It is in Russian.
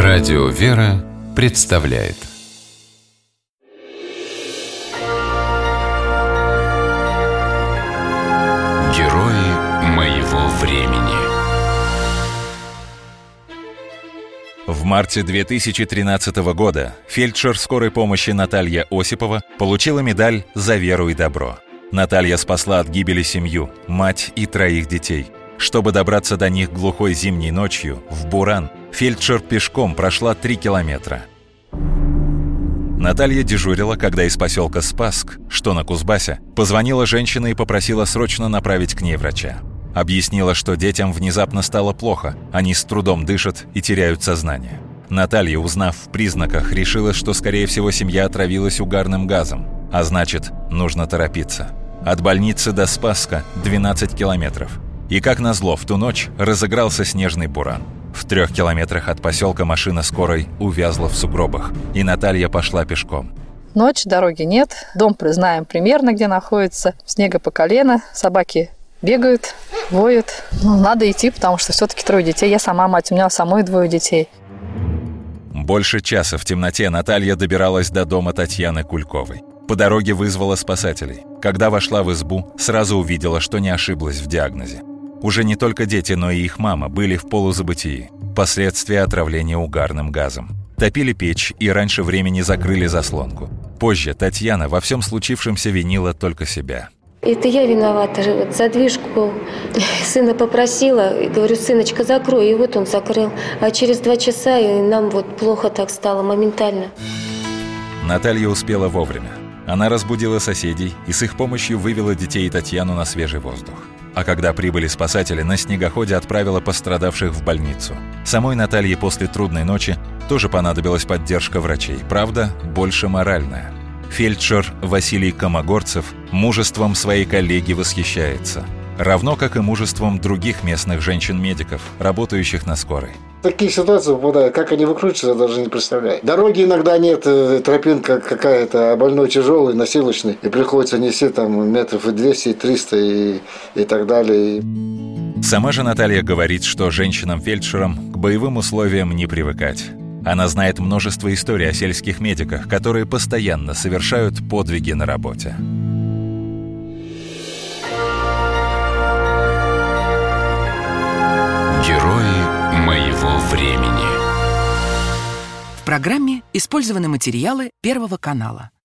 Радио «Вера» представляет Герои моего времени. В марте 2013 года фельдшер скорой помощи Наталья Осипова получила медаль «За веру и добро». Наталья спасла от гибели семью, мать и 3 детей. Чтобы добраться до них глухой зимней ночью, в Буран, фельдшер пешком прошла 3 километра. Наталья дежурила, когда из поселка Спасск, что на Кузбассе, позвонила женщина и попросила срочно направить к ней врача. Объяснила, что детям внезапно стало плохо, они с трудом дышат и теряют сознание. Наталья, узнав в признаках, решила, что, скорее всего, семья отравилась угарным газом, а значит, нужно торопиться. От больницы до Спасска 12 километров. И, как назло, в ту ночь разыгрался снежный буран. В 3 километрах от поселка машина скорой увязла в сугробах, и Наталья пошла пешком. Ночь, дороги нет, дом знаем примерно, где находится, снега по колено, собаки бегают, воют. Надо идти, потому что все-таки 3 детей, я сама мать, у меня самой 2 детей. Больше часа в темноте Наталья добиралась до дома Татьяны Кульковой. По дороге вызвала спасателей. Когда вошла в избу, сразу увидела, что не ошиблась в диагнозе. Уже не только дети, но и их мама были в полузабытии. Последствия отравления угарным газом. Топили печь и раньше времени закрыли заслонку. Позже Татьяна во всем случившемся винила только себя. Это я виновата. Вот задвижку сына попросила, и говорю: сыночка, закрой. И вот он закрыл. А через 2 часа и нам вот плохо так стало моментально. Наталья успела вовремя. Она разбудила соседей и с их помощью вывела детей и Татьяну на свежий воздух. А когда прибыли спасатели, на снегоходе отправила пострадавших в больницу. Самой Наталье после трудной ночи тоже понадобилась поддержка врачей, правда, больше моральная. Фельдшер Василий Комогорцев мужеством своей коллеги восхищается, равно как и мужеством других местных женщин-медиков, работающих на скорой. Такие ситуации попадают, как они выкручиваются, я даже не представляю. Дороги иногда нет, тропинка какая-то, а больной тяжелый, носилочный, и приходится нести там метров и 200, и 300 и так далее. Сама же Наталья говорит, что женщинам-фельдшерам к боевым условиям не привыкать. Она знает множество историй о сельских медиках, которые постоянно совершают подвиги на работе. Герои моего времени. В программе использованы материалы Первого канала.